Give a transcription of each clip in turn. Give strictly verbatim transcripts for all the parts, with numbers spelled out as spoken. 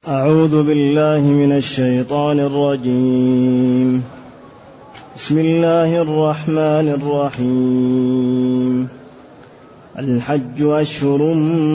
أعوذ بالله من الشيطان الرجيم. بسم الله الرحمن الرحيم. الحج أشهر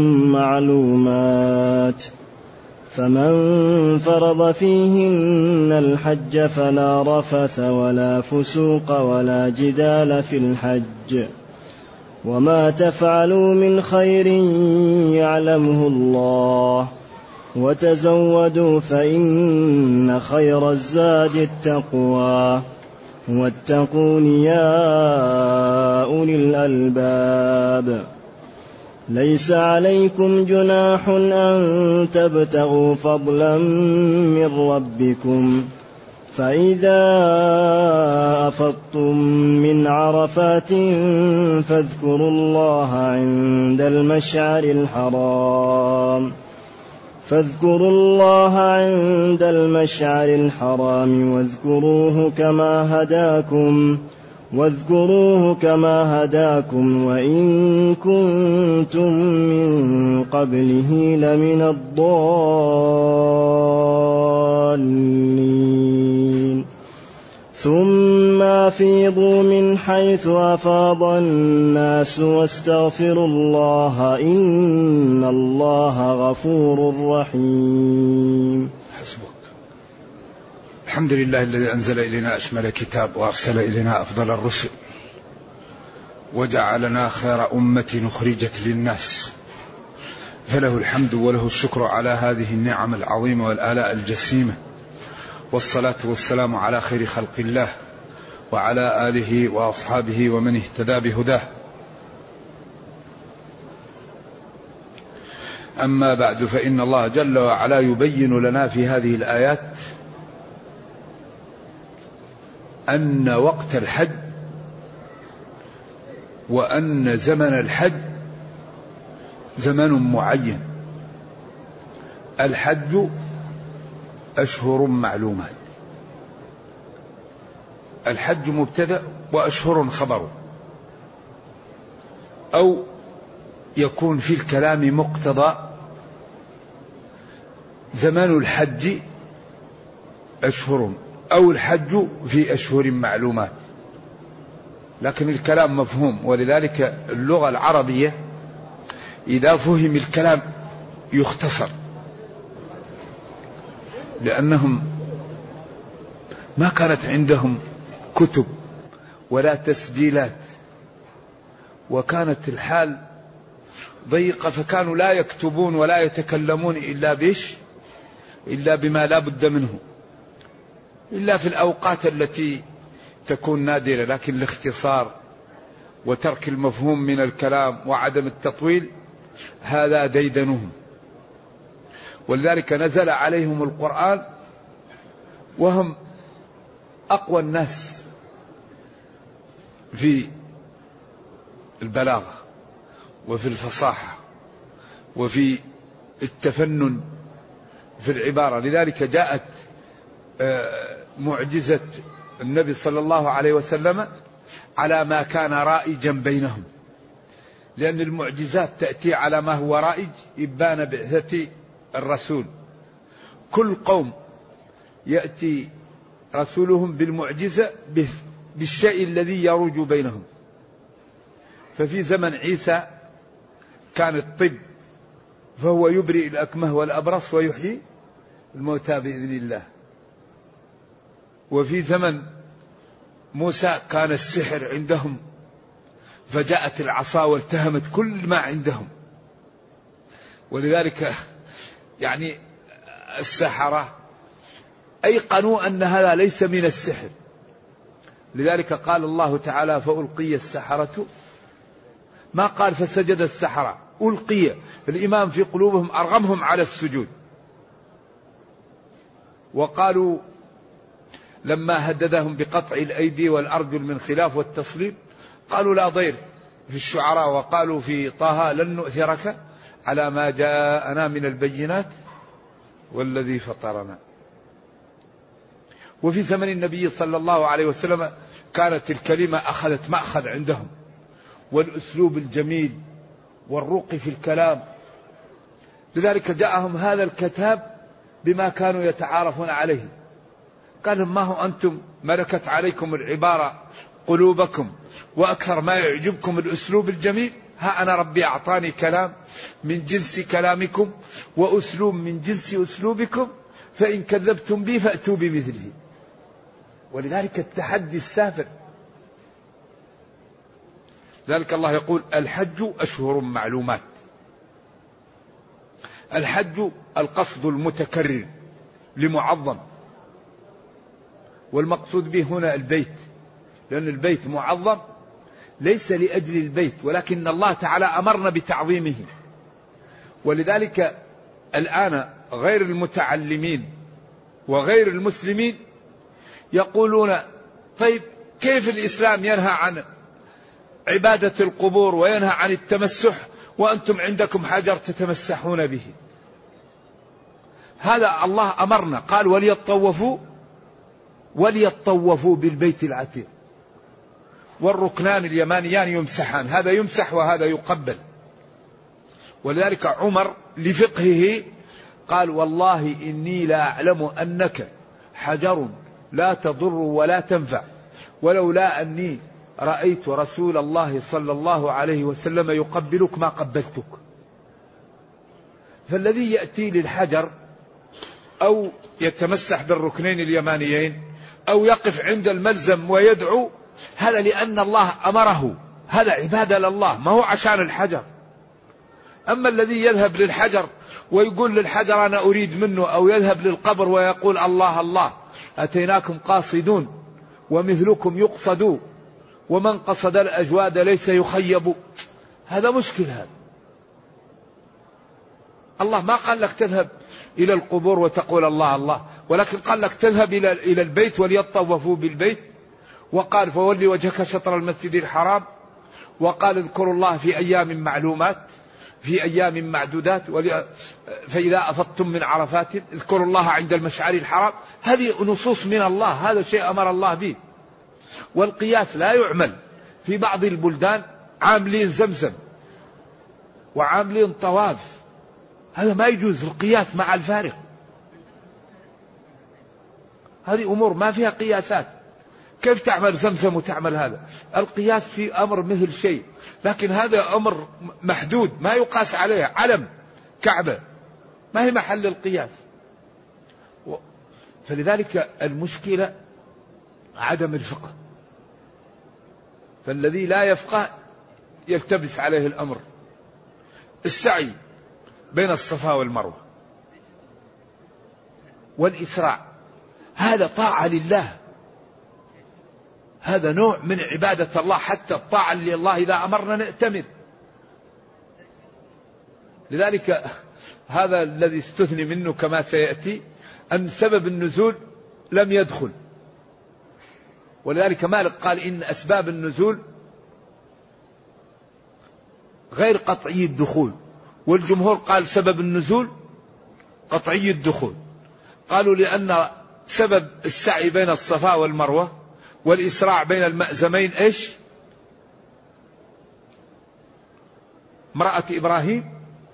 معلومات، فمن فرض فيهن الحج فلا رفث ولا فسوق ولا جدال في الحج، وما تفعلوا من خير يعلمه الله، وتزودوا فإن خير الزاد التقوى، واتقون يا أولي الألباب. ليس عليكم جناح أن تبتغوا فضلا من ربكم، فإذا أفضتم من عرفات فاذكروا الله عند المشعر الحرام فاذكروا الله عند المشعر الحرام واذكروه كما هداكم واذكروه كما هداكم وإن كنتم من قبله لمن الضالين. ثم أفيضوا من حيث أفاض الناس واستغفروا الله إن الله غفور رحيم. حسبك. الحمد لله الذي أنزل إلينا أشمل كتاب وأرسل إلينا أفضل الرسل وجعلنا خير أمة أخرجت للناس، فله الحمد وله الشكر على هذه النعم العظيمة والآلاء الجسيمة، والصلاة والسلام على خير خلق الله وعلى آله وأصحابه ومن اهتدى بهداه. أما بعد، فإن الله جل وعلا يبين لنا في هذه الآيات أن وقت الحج وأن زمن الحج زمن معين. الحج أشهر معلومات، الحج مبتدأ وأشهر خبر، أو يكون في الكلام مقتضى زمان الحج أشهر أو الحج في أشهر معلومات، لكن الكلام مفهوم. ولذلك اللغة العربية إذا فهم الكلام يختصر، لأنهم ما كانت عندهم كتب ولا تسجيلات، وكانت الحال ضيقة، فكانوا لا يكتبون ولا يتكلمون إلا بيش إلا بما لا بد منه، إلا في الأوقات التي تكون نادرة. لكن الاختصار وترك المفهوم من الكلام وعدم التطويل هذا ديدنهم، ولذلك نزل عليهم القرآن وهم أقوى الناس في البلاغة وفي الفصاحة وفي التفنن في العبارة. لذلك جاءت معجزة النبي صلى الله عليه وسلم على ما كان رائجا بينهم، لأن المعجزات تأتي على ما هو رائج إبان بعثة الرسول. كل قوم يأتي رسولهم بالمعجزة بالشيء الذي يروج بينهم. ففي زمن عيسى كان الطب، فهو يبرئ الأكمه والأبرص ويحيي الموتى بإذن الله. وفي زمن موسى كان السحر عندهم، فجاءت العصا والتهمت كل ما عندهم. ولذلك يعني السحرة أيقنوا أن هذا ليس من السحر، لذلك قال الله تعالى فألقي السحرة، ما قال فسجد السحرة، ألقي. الإيمان في قلوبهم أرغمهم على السجود. وقالوا لما هددهم بقطع الأيدي والأرجل من خلاف والتصليب قالوا لا ضير في الشعراء، وقالوا في طه لن نؤثرك على ما جاءنا من البينات والذي فطرنا. وفي زمن النبي صلى الله عليه وسلم كانت الكلمة أخذت مأخذ عندهم، والأسلوب الجميل والرقي في الكلام. لذلك جاءهم هذا الكتاب بما كانوا يتعارفون عليه. قال ما هو أنتم ملكت عليكم العبارة قلوبكم وأكثر ما يعجبكم الأسلوب الجميل. ها أنا ربي أعطاني كلام من جنس كلامكم وأسلوب من جنس أسلوبكم، فإن كذبتم بي فأتوا بمثله. ولذلك التحدي السافر. ذلك الله يقول الحج أشهر معلومات. الحج القصد المتكرر لمعظم، والمقصود به هنا البيت، لأن البيت معظم ليس لأجل البيت، ولكن الله تعالى أمرنا بتعظيمه. ولذلك الآن غير المتعلمين وغير المسلمين يقولون طيب كيف الإسلام ينهى عن عبادة القبور وينهى عن التمسح وأنتم عندكم حجر تتمسحون به؟ هذا الله أمرنا، قال وليطوفوا وليطوفوا بالبيت العتيق، والركنان اليمانيان يمسحان، هذا يمسح وهذا يقبل. ولذلك عمر لفقهه قال والله إني لا أعلم أنك حجر لا تضر ولا تنفع، ولولا أني رأيت رسول الله صلى الله عليه وسلم يقبلك ما قبلتك. فالذي يأتي للحجر أو يتمسح بالركنين اليمانيين أو يقف عند الملزم ويدعو، هذا لأن الله أمره، هذا عبادة لله، ما هو عشان الحجر. أما الذي يذهب للحجر ويقول للحجر أنا أريد منه، أو يذهب للقبر ويقول الله الله أتيناكم قاصدون ومثلكم يقصد ومن قصد الأجواد ليس يخيب، هذا مشكل. هذا الله ما قال لك تذهب إلى القبور وتقول الله الله، ولكن قال لك تذهب إلى إلى البيت وليطوفوا بالبيت، وقال فولي وجهك شطر المسجد الحرام، وقال اذكروا الله في أيام معلومات في أيام معدودات، فإذا أفضتم من عرفات اذكروا الله عند المشعر الحرام. هذه نصوص من الله، هذا شيء أمر الله به. والقياس لا يعمل. في بعض البلدان عاملين زمزم وعاملين طواف، هذا ما يجوز القياس مع الفارق. هذه أمور ما فيها قياسات. كيف تعمل زمزم وتعمل هذا؟ القياس في أمر مثل شيء، لكن هذا أمر محدود ما يقاس عليه. علم كعبة ما هي محل القياس. فلذلك المشكلة عدم الفقه. فالذي لا يفقه يلتبس عليه الأمر. السعي بين الصفا والمروة والإسراع هذا طاعة لله، هذا نوع من عبادة الله، حتى الطاعة لله إذا أمرنا نأتمر. لذلك هذا الذي استثني منه كما سيأتي أن سبب النزول لم يدخل. ولذلك مالك قال إن أسباب النزول غير قطعي الدخول، والجمهور قال سبب النزول قطعي الدخول. قالوا لأن سبب السعي بين الصفا والمروة والإسراع بين المأزمين إيش؟ امرأة إبراهيم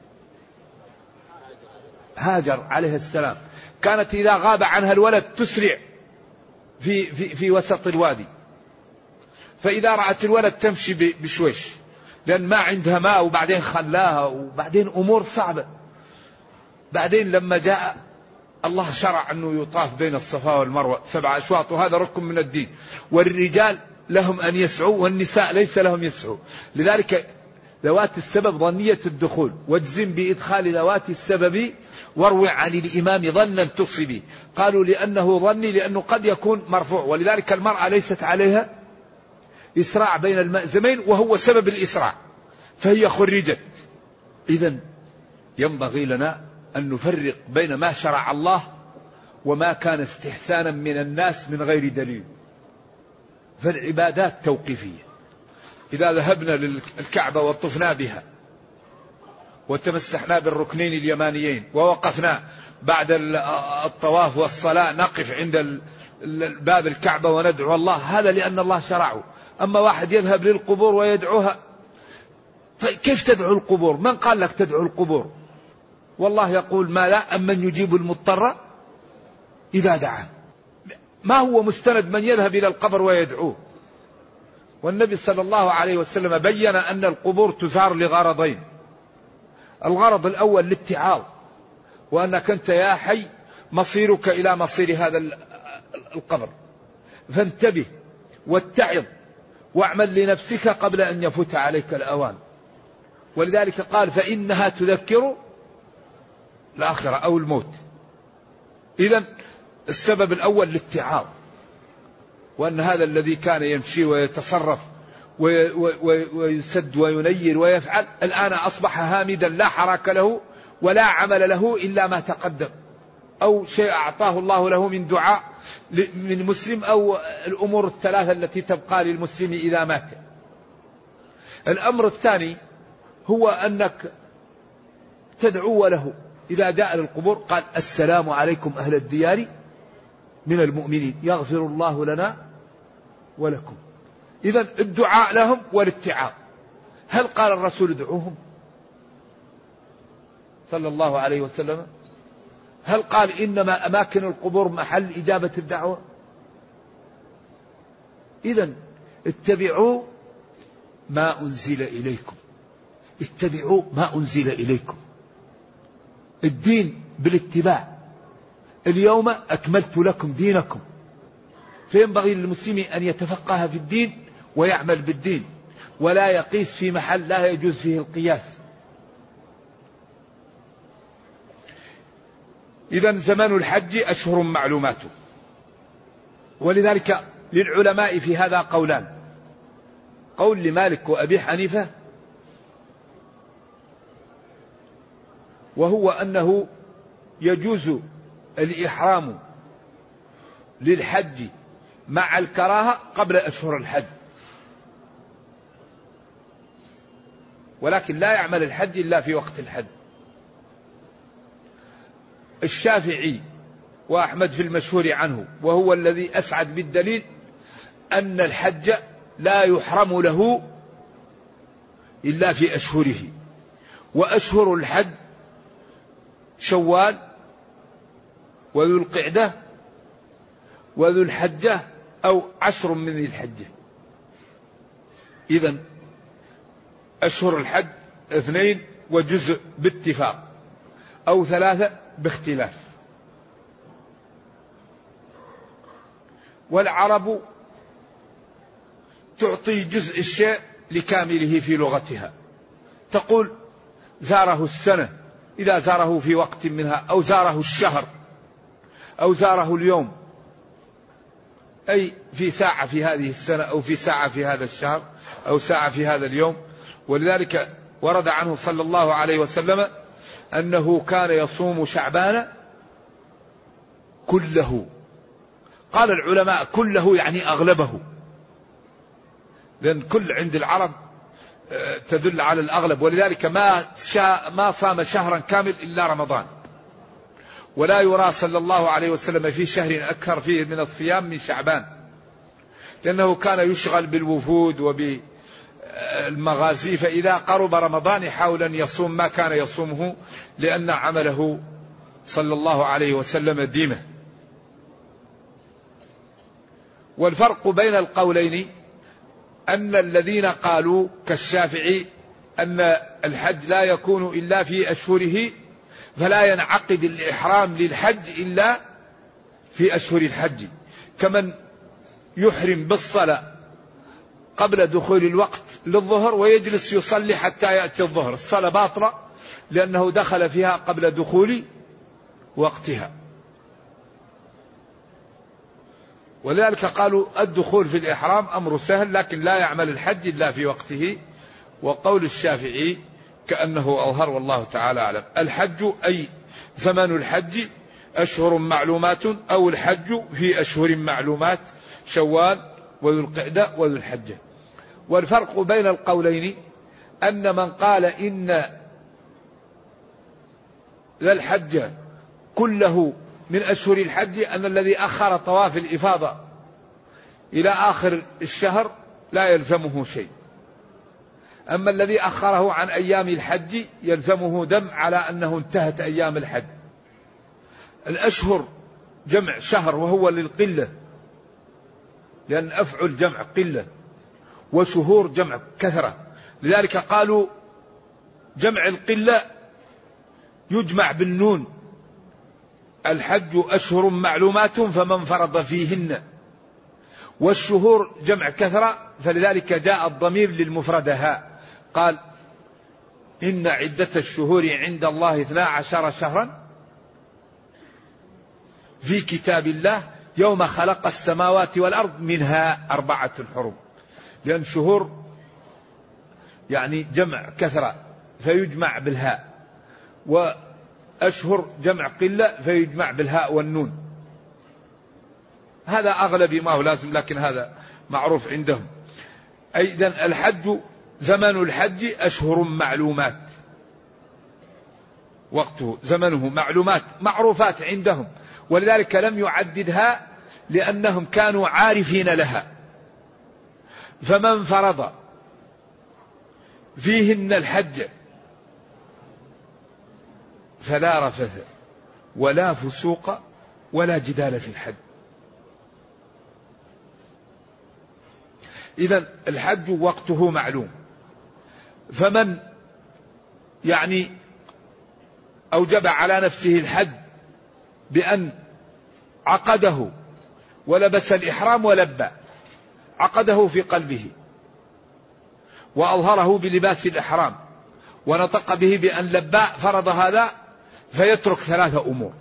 هاجر عليه السلام كانت إذا غاب عنها الولد تسرع في, في, في وسط الوادي، فإذا رأت الولد تمشي بشويش لأن ما عندها ماء، وبعدين خلاها، وبعدين أمور صعبة. بعدين لما جاء الله شرع أنه يطاف بين الصفا والمروة سبع أشواط، وهذا ركن من الدين، والرجال لهم أن يسعوا والنساء ليس لهم يسعوا. لذلك ذوات السبب ظنية الدخول، واجزم بإدخال ذوات السبب واروي عن الإمام ظنا تصبي. قالوا لأنه ظني لأنه قد يكون مرفوع، ولذلك المرأة ليست عليها إسراع بين المأزمين وهو سبب الإسراع فهي خرجت. إذن ينبغي لنا أن نفرق بين ما شرع الله وما كان استحسانا من الناس من غير دليل. فالعبادات توقيفية. إذا ذهبنا للكعبة وطفنا بها وتمسحنا بالركنين اليمانيين ووقفنا بعد الطواف والصلاة نقف عند باب الكعبة وندعو الله، هذا لأن الله شرعه. أما واحد يذهب للقبور ويدعوها، كيف تدعو القبور؟ من قال لك تدعو القبور؟ والله يقول ما لا أمن يجيب المضطر إذا دعاه. ما هو مستند من يذهب إلى القبر ويدعوه. والنبي صلى الله عليه وسلم بين أن القبور تزار لغرضين. الغرض الأول الاتعاظ، وأنك أنت يا حي مصيرك إلى مصير هذا القبر، فانتبه واتعظ واعمل لنفسك قبل أن يفوت عليك الأوان. ولذلك قال فإنها تذكر الآخرة أو الموت. إذن السبب الأول الاتعاظ، وأن هذا الذي كان يمشي ويتصرف ويسد وينير ويفعل الآن أصبح هامدا لا حراك له ولا عمل له إلا ما تقدم، أو شيء أعطاه الله له من دعاء من مسلم، أو الأمور الثلاثة التي تبقى للمسلم إذا مات. الأمر الثاني هو أنك تدعو له إذا جاء للقبور. قال السلام عليكم أهل الديار من المؤمنين يغفر الله لنا ولكم. إذن الدعاء لهم والاتعاظ. هل قال الرسول ادعوهم صلى الله عليه وسلم؟ هل قال إنما أماكن القبور محل إجابة الدعوة؟ إذن اتبعوا ما أنزل إليكم، اتبعوا ما أنزل إليكم. الدين بالاتباع. اليوم أكملت لكم دينكم، فينبغي للمسلم أن يتفقه في الدين ويعمل بالدين، ولا يقيس في محل لا يجوز فيه القياس. إذن زمان الحج أشهر معلومات. ولذلك للعلماء في هذا قولان. قول لمالك وأبي حنيفة، وهو أنه يجوز الإحرام للحج مع الكراهة قبل أشهر الحج، ولكن لا يعمل الحج إلا في وقت الحج. الشافعي وأحمد في المشهور عنه، وهو الذي أسعد بالدليل، أن الحج لا يحرم له إلا في أشهره. وأشهر الحج شوال وذو القعدة وذو الحجة أو عشر من ذي الحجة. إذن أشهر الحج اثنين وجزء باتفاق، أو ثلاثة باختلاف. والعرب تعطي جزء الشيء لكامله في لغتها. تقول زاره السنة إذا زاره في وقت منها، أو زاره الشهر، أو زاره اليوم، أي في ساعة في هذه السنة، أو في ساعة في هذا الشهر، أو ساعة في هذا اليوم. ولذلك ورد عنه صلى الله عليه وسلم أنه كان يصوم شعبان كله. قال العلماء كله يعني أغلبه، لأن كل عند العرب تدل على الأغلب. ولذلك ما ما صام شهرا كامل إلا رمضان، ولا يرى صلى الله عليه وسلم في شهر أكثر فيه من الصيام من شعبان، لأنه كان يشغل بالوفود وبالمغازي، فإذا قرب رمضان يحاول أن يصوم ما كان يصومه، لأن عمله صلى الله عليه وسلم ديمه. والفرق بين القولين أن الذين قالوا كالشافعي أن الحج لا يكون إلا في أشهره، فلا ينعقد الإحرام للحج إلا في أشهر الحج، كمن يحرم بالصلاة قبل دخول الوقت للظهر ويجلس يصلي حتى يأتي الظهر، الصلاة باطلة لأنه دخل فيها قبل دخول وقتها. ولذلك قالوا الدخول في الإحرام أمر سهل، لكن لا يعمل الحج إلا في وقته. وقول الشافعي كأنه أظهر، والله تعالى أعلم. الحج أي زمن الحج أشهر معلومات، أو الحج في أشهر معلومات شوال وذو القعدة وذو الحجة. والفرق بين القولين أن من قال إن ذا الحج كله من أشهر الحج، أن الذي أخر طواف الإفاضة إلى آخر الشهر لا يلزمه شيء. أما الذي أخره عن أيام الحج يلزمه دم على أنه انتهت أيام الحج. الأشهر جمع شهر وهو للقلة، لأن أفعل جمع قلة، وشهور جمع كثرة، لذلك قالوا جمع القلة يجمع بالنون، الحج أشهر معلومات فمن فرض فيهن، والشهور جمع كثرة، فلذلك جاء الضمير للمفردها، قال إن عدة الشهور عند الله اثنا عشر شهرا في كتاب الله يوم خلق السماوات والأرض منها أربعة حرم، لأن شهور يعني جمع كثرة فيجمع بالهاء، وأشهر جمع قلة فيجمع بالهاء والنون. هذا أغلب ما هو لازم، لكن هذا معروف عندهم. أيضا الحج زمن الحج أشهر معلومات، وقته زمنه معلومات معروفات عندهم، ولذلك لم يعددها لأنهم كانوا عارفين لها. فمن فرض فيهن الحج فلا رفث ولا فسوق ولا جدال في الحج. إذن الحج وقته معلوم، فمن يعني أوجب على نفسه الحج بأن عقده ولبس الإحرام ولبى، عقده في قلبه وأظهره بلباس الإحرام ونطق به بأن لبى، فرض هذا فيترك ثلاثة أمور.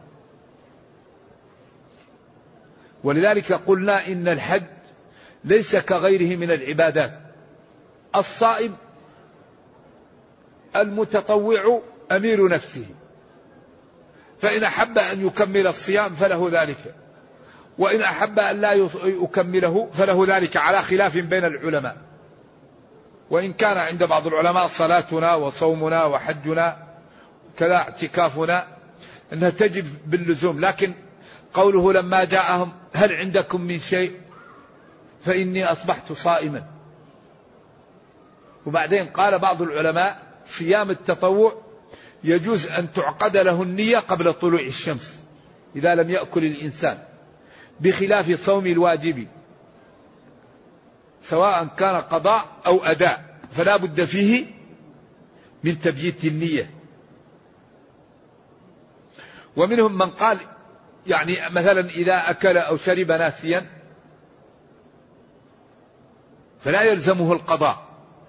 ولذلك قلنا إن الحج ليس كغيره من العبادات. الصائم المتطوع أمير نفسه، فإن أحب أن يكمل الصيام فله ذلك، وإن أحب أن لا يكمله فله ذلك، على خلاف بين العلماء. وإن كان عند بعض العلماء صلاتنا وصومنا وحجنا كذا اعتكافنا أنها تجب باللزوم، لكن قوله لما جاءهم هل عندكم من شيء فإني أصبحت صائما. وبعدين قال بعض العلماء صيام التطوع يجوز أن تعقد له النية قبل طلوع الشمس إذا لم يأكل الإنسان، بخلاف صوم الواجب سواء كان قضاء أو أداء، فلا بد فيه من تبييت النية. ومنهم من قال يعني مثلا إذا أكل أو شرب ناسيا فلا يلزمه القضاء،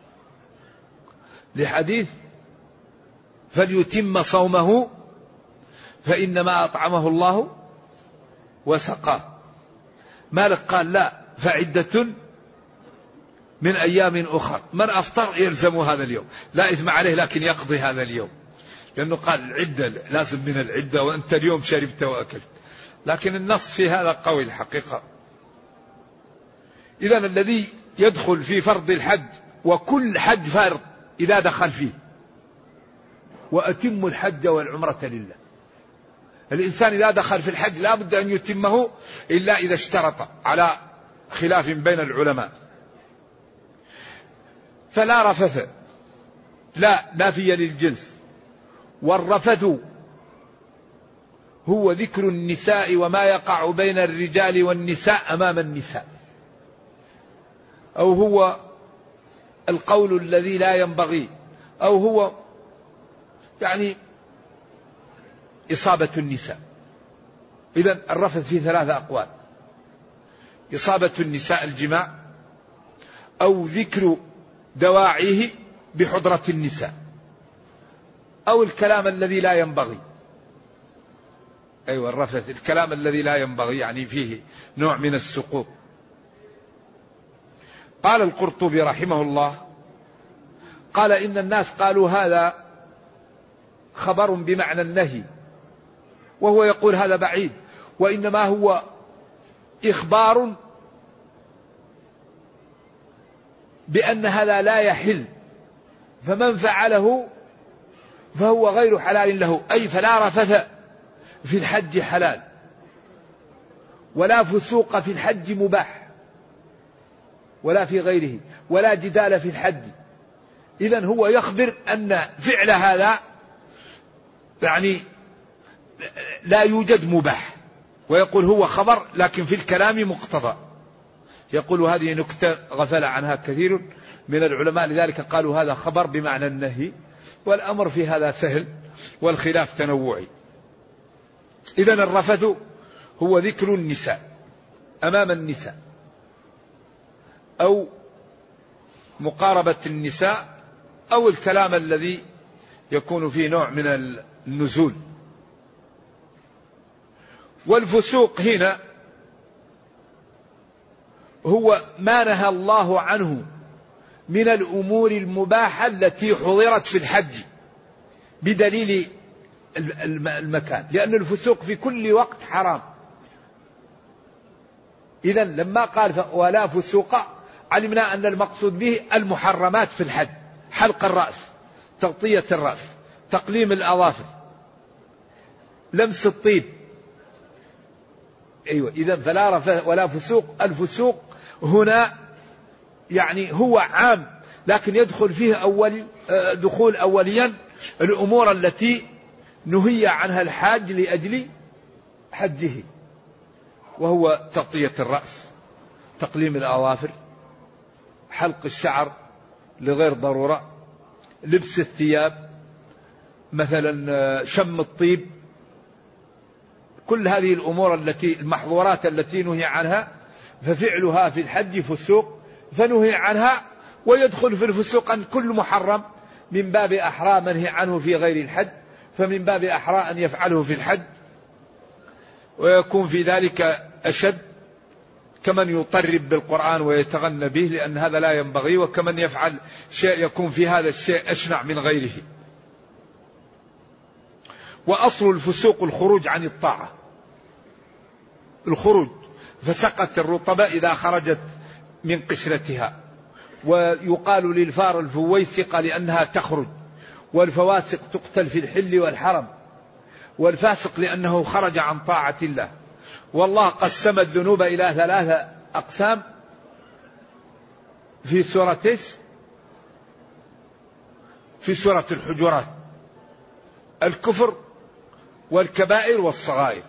لحديث فليتم صومه فإنما أطعمه الله وسقاه. مالك قال لا، فعدة من أيام أخر، من أفطر يلزم هذا اليوم، لا إثم عليه لكن يقضي هذا اليوم، لأنه قال العدة لازم من العدة، وأنت اليوم شربت وأكلت. لكن النص في هذا قوي الحقيقة. إذن الذي يدخل في فرض الحج، وكل حج فرض إذا دخل فيه، وأتم الحج والعمرة لله. الإنسان إذا دخل في الحج لا بد أن يتمه إلا إذا اشترط، على خلاف بين العلماء. فلا رفث، لا نافية للجنس. والرفث هو ذكر النساء وما يقع بين الرجال والنساء أمام النساء، أو هو القول الذي لا ينبغي، أو هو يعني إصابة النساء. إذن الرفث في ثلاثة أقوال: إصابة النساء الجماع، أو ذكر دواعيه بحضرة النساء، أو الكلام الذي لا ينبغي. أيوة الرفث الكلام الذي لا ينبغي، يعني فيه نوع من السقوط. قال القرطبي رحمه الله، قال إن الناس قالوا هذا خبر بمعنى النهي، وهو يقول هذا بعيد، وإنما هو إخبار بأن هذا لا يحل، فمن فعله فهو غير حلال له. أي فلا رفث في الحج حلال، ولا فسوق في الحج مباح، ولا في غيره، ولا جدال في الحج، إذن هو يخبر أن فعل هذا يعني لا يوجد مباح، ويقول هو خبر لكن في الكلام مقتضى. يقول هذه نكتة غفل عنها كثير من العلماء، لذلك قالوا هذا خبر بمعنى النهي، والأمر في هذا سهل والخلاف تنوعي. إذن الرفث هو ذكر النساء أمام النساء، أو مقاربة النساء، أو الكلام الذي يكون فيه نوع من النزول. والفسوق هنا هو ما نهى الله عنه من الأمور المباحة التي حضرت في الحج بدليل المكان، لأن الفسوق في كل وقت حرام. إذن لما قال ولا فسوق علمنا أن المقصود به المحرمات في الحج: حلق الرأس، تغطية الرأس، تقليم الأظافر، لمس الطيب. أيوة، إذن فلا رفث ولا فسوق. الفسوق هنا يعني هو عام، لكن يدخل فيه أول دخول أوليا الأمور التي نهي عنها الحاج لأجل حجه، وهو تغطية الرأس، تقليم الأظافر، حلق الشعر لغير ضرورة، لبس الثياب، مثلا شم الطيب. كل هذه الأمور التي المحظورات التي نهي عنها ففعلها في الحج فسوق، فنهي عنها. ويدخل في الفسوق أن كل محرم من باب أحرى منهي عنه في غير الحج، فمن باب أحرى أن يفعله في الحج، ويكون في ذلك أشد كمن يطرب بالقرآن ويتغنى به، لأن هذا لا ينبغي، وكمن يفعل شيء يكون في هذا الشيء أشنع من غيره. وأصل الفسوق الخروج عن الطاعة، الخروج، فسقت الرطبة إذا خرجت من قشرتها. ويقال للفار الفويسقة لأنها تخرج، والفواسق تقتل في الحل والحرم، والفاسق لأنه خرج عن طاعة الله. والله قسم الذنوب إلى ثلاثة أقسام في سورة في سورة الحجرات: الكفر والكبائر والصغائر.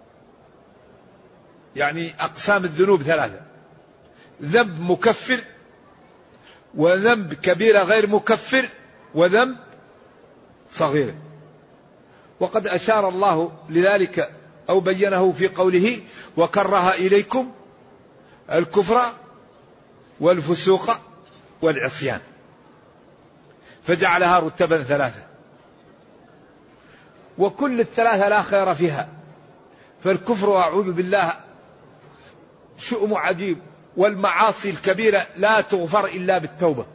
يعني أقسام الذنوب ثلاثة: ذنب مكفر، وذنب كبيرة غير مكفر، وذنب صغير. وقد أشار الله لذلك أو بينه في قوله: وكره إليكم الكفر والفسوق والعصيان، فجعلها رتبا ثلاثة. وكل الثلاثة لا خير فيها، فالكفر أعوذ بالله شؤم عجيب، والمعاصي الكبيرة لا تغفر إلا بالتوبة،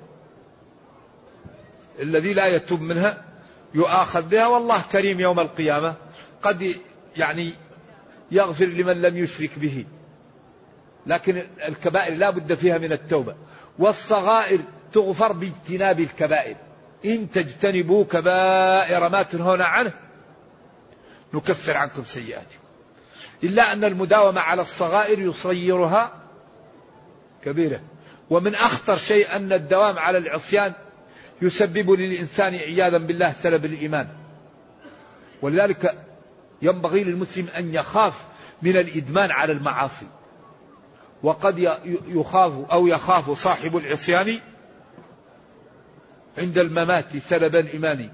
الذي لا يتوب منها يؤاخذ بها. والله كريم يوم القيامة، قد يعني يغفر لمن لم يشرك به، لكن الكبائر لا بد فيها من التوبة. والصغائر تغفر باجتناب الكبائر: إن تجتنبوا كبائر ما تنهون عنه نكفر عنكم سيئاتكم. إلا أن المداومة على الصغائر يصيرها كبيرة. ومن أخطر شيء أن الدوام على العصيان يسبب للإنسان عياذا بالله سلب الإيمان. ولذلك ينبغي للمسلم أن يخاف من الإدمان على المعاصي. وقد يخاف أو يخاف صاحب العصيان عند الممات سلب الإيمان.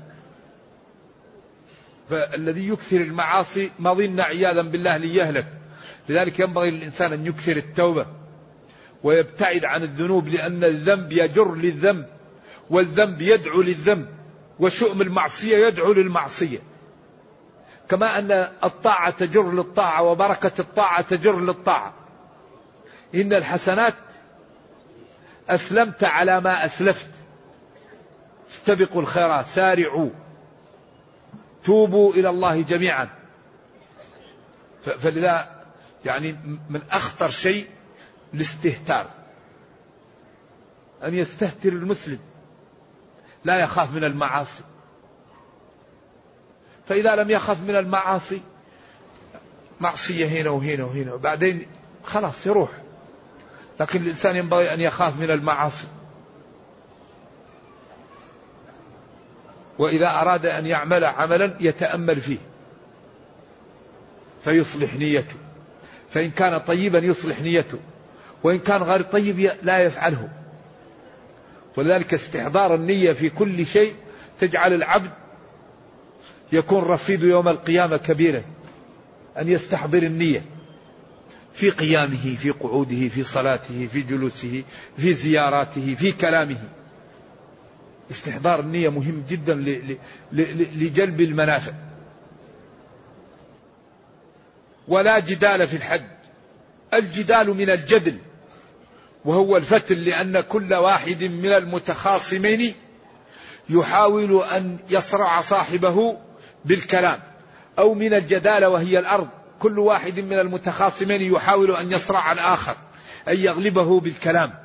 فالذي يكثر المعاصي مظن عياذا بالله ليهلك. لذلك ينبغي للإنسان أن يكثر التوبة ويبتعد عن الذنوب، لأن الذنب يجر للذنب، والذنب يدعو للذنب، وشؤم المعصية يدعو للمعصية. كما أن الطاعة تجر للطاعة، وبركة الطاعة تجر للطاعة. إن الحسنات أسلمت على ما أسلفت، استبقوا الخيرات، سارعوا، توبوا إلى الله جميعا. فلذا يعني من أخطر شيء الاستهتار، أن يستهتر المسلم لا يخاف من المعاصي. فإذا لم يخاف من المعاصي، معصية هنا وهنا وهنا، وبعدين خلاص يروح. لكن الإنسان ينبغي أن يخاف من المعاصي. وإذا أراد أن يعمل عملا يتأمل فيه فيصلح نيته، فإن كان طيبا يصلح نيته، وإن كان غير طيب لا يفعله. ولذلك استحضار النية في كل شيء تجعل العبد يكون رصيده يوم القيامة كبيرا، أن يستحضر النية في قيامه، في قعوده، في صلاته، في جلوسه، في زياراته، في كلامه. استحضار النية مهم جدا لجلب المنافع. ولا جدال في الحج. الجدال من الجدل، وهو الفتل، لأن كل واحد من المتخاصمين يحاول أن يصرع صاحبه بالكلام، أو من الجدال وهي الأرض، كل واحد من المتخاصمين يحاول أن يصرع الآخر، أن يغلبه بالكلام.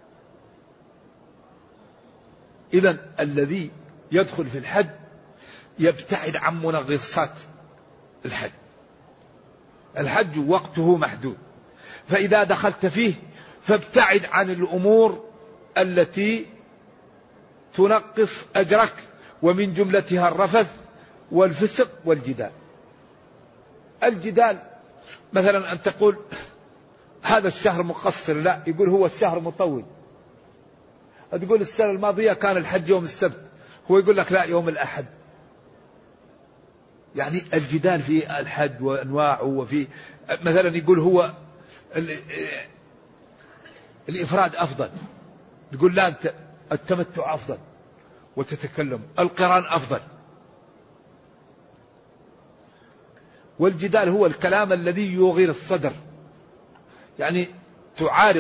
إذن الذي يدخل في الحج يبتعد عن منغصات الحج. الحج وقته محدود، فإذا دخلت فيه فابتعد عن الأمور التي تنقص أجرك، ومن جملتها الرفث والفسق والجدال. الجدال مثلا أن تقول هذا الشهر مقصر، لا، يقول هو الشهر مطول. تقول السنة الماضية كان الحج يوم السبت، هو يقول لك لا يوم الأحد. يعني الجدال في الحج وأنواعه، وفي مثلا يقول هو الإفراد أفضل، يقول لا أنت التمتع أفضل، وتتكلم القران أفضل. والجدال هو الكلام الذي يغير الصدر، يعني تعارض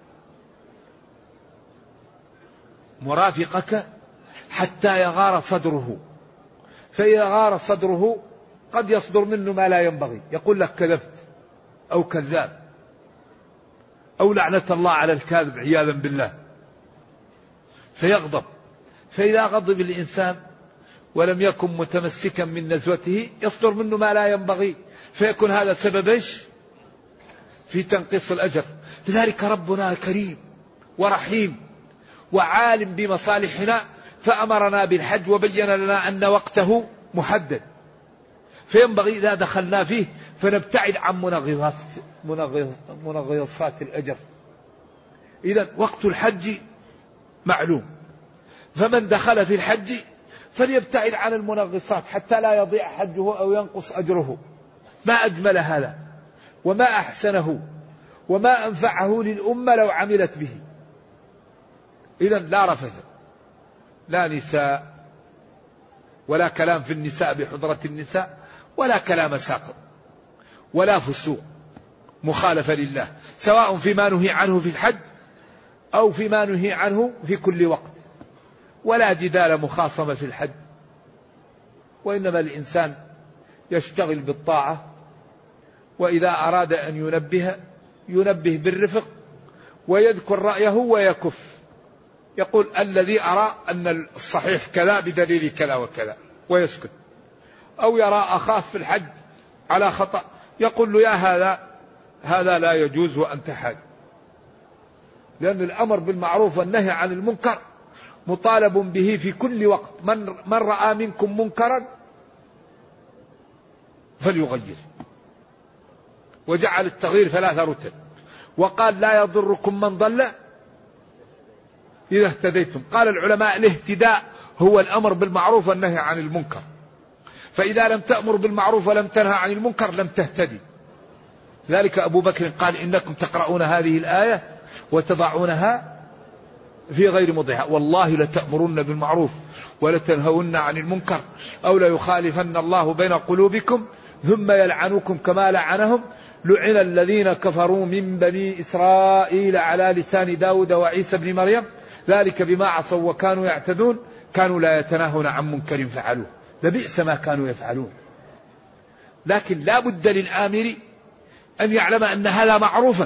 مرافقك حتى يغار صدره، فإذا غار صدره قد يصدر منه ما لا ينبغي، يقول لك كذبت أو كذاب أو لعنة الله على الكاذب عياذا بالله، فيغضب. فإذا غضب الإنسان ولم يكن متمسكا من نزوته يصدر منه ما لا ينبغي، فيكون هذا سبب إيش؟ في تنقيص الأجر. لذلك ربنا كريم ورحيم وعالم بمصالحنا، فأمرنا بالحج وبين لنا أن وقته محدد، فينبغي إذا دخلنا فيه فنبتعد عن منغصات منغصات الأجر. إذن وقت الحج معلوم، فمن دخل في الحج فليبتعد عن المنغصات حتى لا يضيع حجه أو ينقص أجره. ما أجمل هذا وما أحسنه وما أنفعه للأمة لو عملت به. إذن لا رفث، لا نساء، ولا كلام في النساء بحضرة النساء، ولا كلام ساقط، ولا فسوق مخالفة لله، سواء فيما نهي عنه في الحج أو فيما نهي عنه في كل وقت. ولا جدال مخاصمة في الحج، وإنما الإنسان يشتغل بالطاعة، وإذا أراد أن ينبه ينبه بالرفق ويذكر رأيه ويكف، يقول الذي أرى أن الصحيح كذا بدليل كذا وكذا ويسكت. أو يرى أخاه في الحج على خطأ يقول له يا هذا هذا لا يجوز وأنت حاج. لأن الأمر بالمعروف والنهي عن المنكر مطالب به في كل وقت. من, من رأى منكم منكرا فليغير، وجعل التغيير ثلاث رتب، وقال لا يضركم من ضل إذا اهتديتم. قال العلماء الاهتداء هو الأمر بالمعروف والنهي عن المنكر، فإذا لم تأمر بالمعروف ولم تنهى عن المنكر لم تهتدي. ذلك أبو بكر قال إنكم تقرؤون هذه الآية وتضعونها في غير موضعها، والله لتأمرن بالمعروف ولتنهون عن المنكر أو ليخالفن الله بين قلوبكم ثم يلعنكم كما لعنهم لعن الذين كفروا من بني إسرائيل على لسان داود وعيسى بن مريم ذلك بما عصوا وكانوا يعتدون كانوا لا يتناهون عن منكر فعلوه لبئس ما كانوا يفعلون. لكن لا بد للآمر أن يعلم أن هذا معروفا،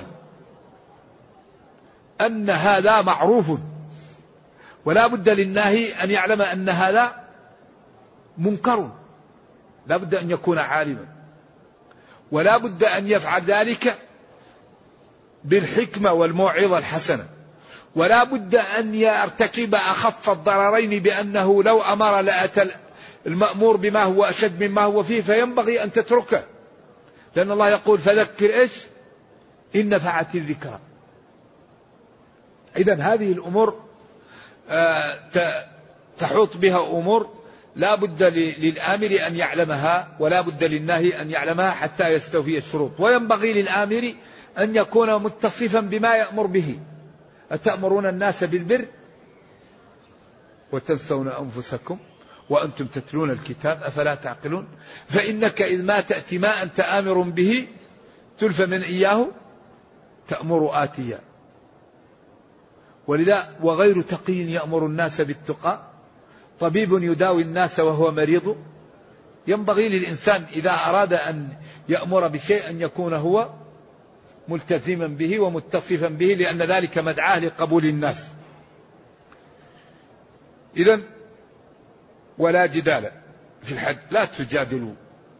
أن هذا معروف، ولا بد للناهي أن يعلم أن هذا منكر، لا بد أن يكون عالما، ولا بد أن يفعل ذلك بالحكمة والموعظة الحسنة. ولا بد أن يرتكب أخف الضررين، بأنه لو أمر لأتى المأمور بما هو أشد مما هو فيه، فينبغي أن تتركه، لأن الله يقول فذكر إيش إن نفعت الذكرى. إذن هذه الأمور تحوط بها أمور لا بد للآمر أن يعلمها، ولا بد للناهي أن يعلمها حتى يستوفي الشروط. وينبغي للآمر أن يكون متصفا بما يأمر به. أتأمرون الناس بالبر وتنسون أنفسكم وأنتم تتلون الكتاب أفلا تعقلون. فإنك إذ ما تأتي ما أنت آمر به تلف من إياه تأمر آتيا. ولذا وغير تقي يأمر الناس بالتقى، طبيب يداوي الناس وهو مريض. ينبغي للإنسان إذا أراد أن يأمر بشيء أن يكون هو ملتزما به ومتصفا به، لأن ذلك مدعاة لقبول الناس. إذن ولا جدال في الحج، لا تجادلوا،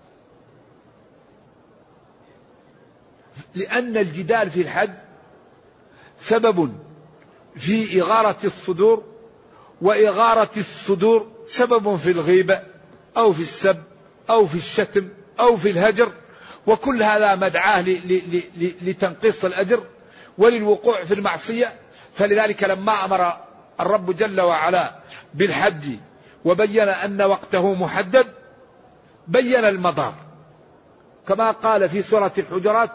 لأن الجدال في الحج سبب في إغارة الصدور، وإغارة الصدور سبب في الغيبة أو في السب أو في الشتم أو في الهجر، وكل هذا مدعاة لتنقيص الأجر وللوقوع في المعصية. فلذلك لما أمر الرب جل وعلا بالحج وبين أن وقته محدد، بين المضار كما قال في سورة الحجرات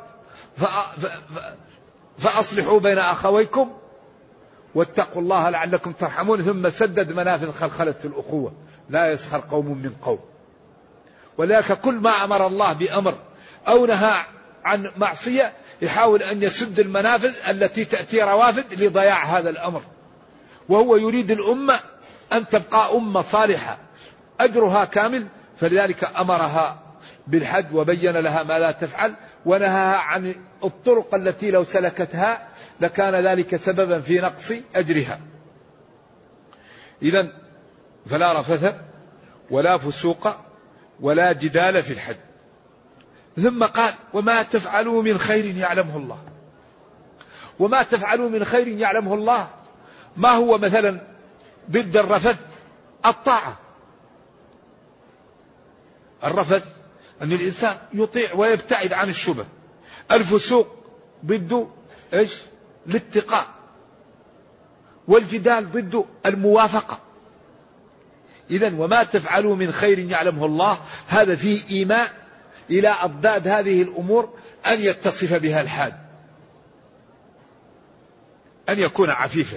فأصلحوا بين أخويكم واتقوا الله لعلكم ترحمون، ثم سدد منافذ خلخلة الأخوة لا يسخر قوم من قوم. ولذلك كل ما أمر الله بأمر أو نهى عن معصية يحاول أن يسد المنافذ التي تأتي روافد لضياع هذا الأمر. وهو يريد الأمة أن تبقى أمة صالحة أجرها كامل، فلذلك أمرها بالحج وبين لها ما لا تفعل، ونهاها عن الطرق التي لو سلكتها لكان ذلك سببا في نقص أجرها. إذن فلا رفث ولا فسوق ولا جدال في الحج. ثم قال وما تفعلوا من خير يعلمه الله. وما تفعلوا من خير يعلمه الله، ما هو مثلا ضد الرفث؟ الطاعة. الرفث أن الإنسان يطيع ويبتعد عن الشبه. الفسوق ضده إيش؟ الاتقاء. والجدال ضده الموافقة. إذن وما تفعلوا من خير يعلمه الله، هذا فيه إيماء إلى أضداد هذه الأمور أن يتصف بها الحال، أن يكون عفيفا،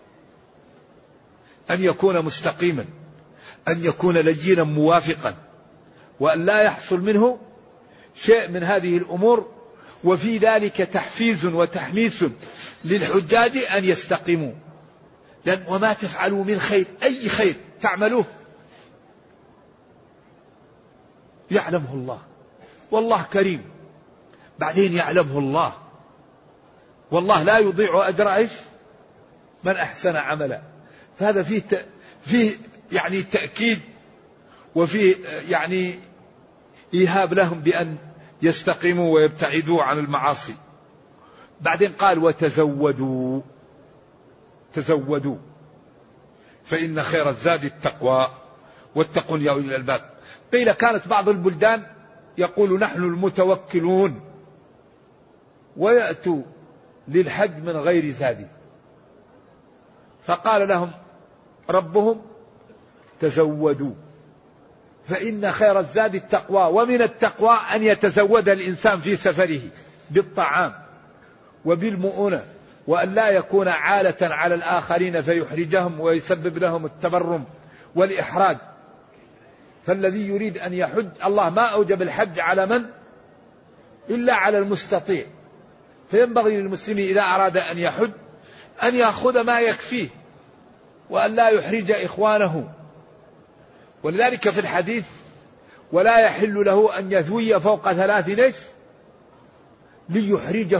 أن يكون مستقيما، أن يكون لينا موافقا، وأن لا يحصل منه شيء من هذه الأمور. وفي ذلك تحفيز وتحميس للحجاج أن يستقيموا. لأن وما تفعلوا من خير، أي خير تعملوه يعلمه الله، والله كريم. بعدين يعلمه الله، والله لا يضيع أجر إيش من أحسن عملا. فهذا فيه فيه يعني تأكيد، وفيه يعني إيهاب لهم بأن يستقيموا ويبتعدوا عن المعاصي. بعدين قال وتزودوا، تزودوا فإن خير الزاد التقوى واتقون يا أولي الألباب. قيل كانت بعض البلدان يقول نحن المتوكلون، ويأتوا للحج من غير زاد، فقال لهم ربهم تزودوا فإن خير الزاد التقوى. ومن التقوى أن يتزود الإنسان في سفره بالطعام وبالمؤونة، وأن لا يكون عالة على الآخرين فيحرجهم ويسبب لهم التبرم والإحراج. فالذي يريد أن يحج، الله ما أوجب الحج على من إلا على المستطيع، فينبغي للمسلم إذا أراد أن يحج أن يأخذ ما يكفيه وأن لا يحرج إخوانه. ولذلك في الحديث ولا يحل له أن يثوي فوق ثلاث ليش ليحرجه،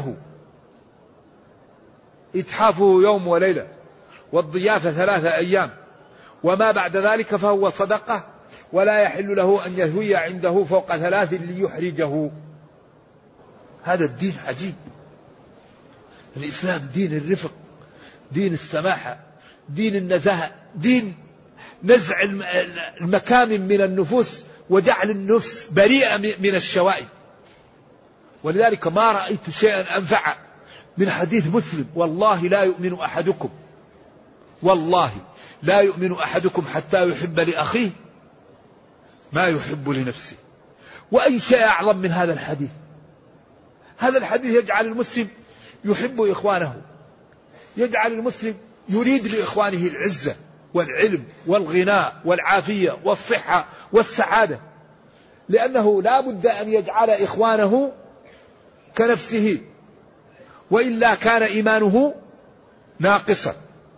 إتحافه يوم وليلة، والضيافة ثلاثة أيام، وما بعد ذلك فهو صدقة. ولا يحل له أن يثوي عنده فوق ثلاث ليحرجه. هذا الدين عجيب. الإسلام دين الرفق، دين السماحة، دين النزاهة، دين نزع المكامن من النفوس وجعل النفس بريئة من الشوائب. ولذلك ما رأيت شيئا أنفع من حديث مسلم: والله لا يؤمن أحدكم والله لا يؤمن أحدكم حتى يحب لأخيه ما يحب لنفسه. وأي شيء أعظم من هذا الحديث؟ هذا الحديث يجعل المسلم يحب إخوانه، يجعل المسلم يريد لإخوانه العزة والعلم والغناء والعافية والصحة والسعادة، لأنه لا بد أن يجعل إخوانه كنفسه، وإلا كان إيمانه ناقصا.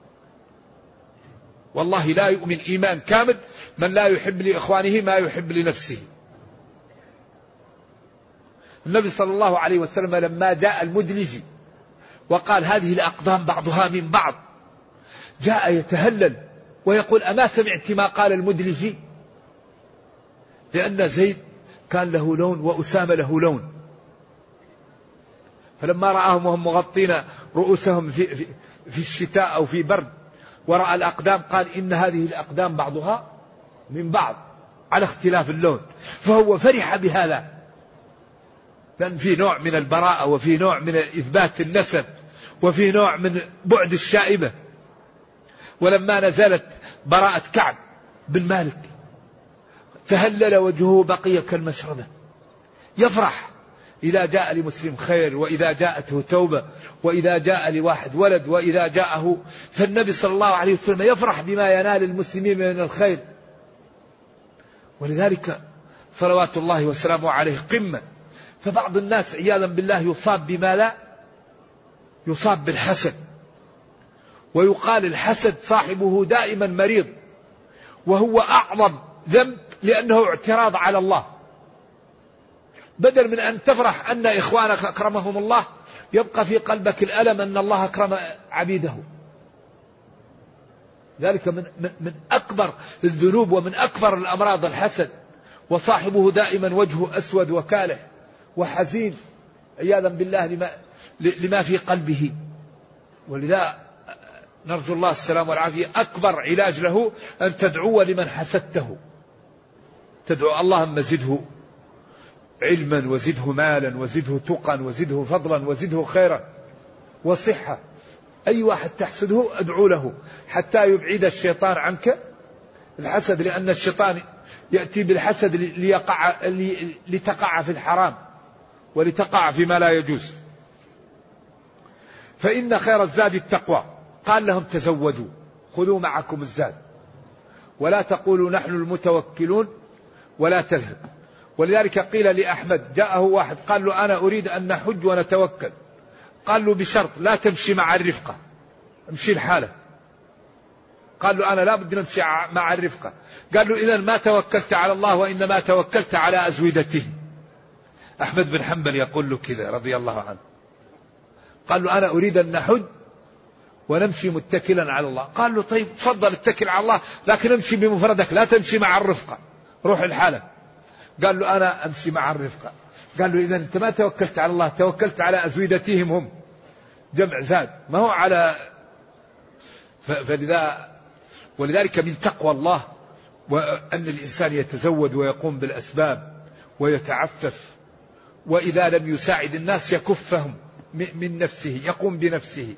والله لا يؤمن إيمان كامل من لا يحب لإخوانه ما يحب لنفسه. النبي صلى الله عليه وسلم لما جاء المدلجي وقال: هذه الأقدام بعضها من بعض، جاء يتهلل ويقول: أما سمعت ما قال المدلجي؟ لأن زيد كان له لون وأسامة له لون. فلما رآهم وهم مغطين رؤوسهم في, في, في الشتاء أو في برد ورأى الأقدام قال: إن هذه الأقدام بعضها من بعض على اختلاف اللون. فهو فرح بهذا، لأن في نوع من البراءة وفي نوع من إثبات النسب وفي نوع من بعد الشائبة. ولما نزلت براءة كعب بن مالك تهلل وجهه بقي كالمشربة، يفرح إذا جاء لمسلم خير، وإذا جاءته توبة، وإذا جاء لواحد ولد، وإذا جاءه. فالنبي صلى الله عليه وسلم يفرح بما ينال المسلمين من الخير. ولذلك صلوات الله وسلامه عليه قمة. فبعض الناس عياذا بالله يصاب بما لا يصاب بالحسد، ويقال الحسد صاحبه دائما مريض، وهو أعظم ذنب لأنه اعتراض على الله. بدل من أن تفرح أن إخوانك أكرمهم الله، يبقى في قلبك الألم أن الله أكرم عبيده. ذلك من, من أكبر الذنوب ومن أكبر الأمراض الحسد، وصاحبه دائما وجهه أسود وكالح وحزين عياذا بالله لما, لما في قلبه. ولذا نرجو الله السلام والعافية. أكبر علاج له أن تدعو لمن حسدته، تدعو اللهم زده علما وزده مالا وزده تقا وزده فضلا وزده خيرا وصحة. أي واحد تحسده أدعو له حتى يبعد الشيطان عنك الحسد، لأن الشيطان يأتي بالحسد ليقع لتقع في الحرام ولتقع فيما لا يجوز. فإن خير الزاد التقوى. قال لهم: تزودوا، خذوا معكم الزاد، ولا تقولوا نحن المتوكلون ولا تذهب. ولذلك قيل لأحمد، جاءه واحد قال له: أنا أريد أن نحج ونتوكل. قال له: بشرط لا تمشي مع الرفقة، امشي الحالة. قال له: أنا لا بد نمشي مع الرفقة. قال له: إذن ما توكلت على الله وإنما توكلت على أزودته. أحمد بن حنبل يقول له كذا رضي الله عنه. قال له: أنا أريد أن نحج ونمشي متكلا على الله. قال له: طيب تفضل اتكل على الله، لكن امشي بمفردك لا تمشي مع الرفقة، روح الحالة. قال له: أنا أمشي مع الرفقة. قال له: إذا أنت ما توكلت على الله، توكلت على أزويدتهم هم، جمع زاد، ما هو على. فلذا ولذلك من تقوى الله وأن الإنسان يتزود ويقوم بالأسباب ويتعفف، وإذا لم يساعد الناس يكفهم من نفسه، يقوم بنفسه.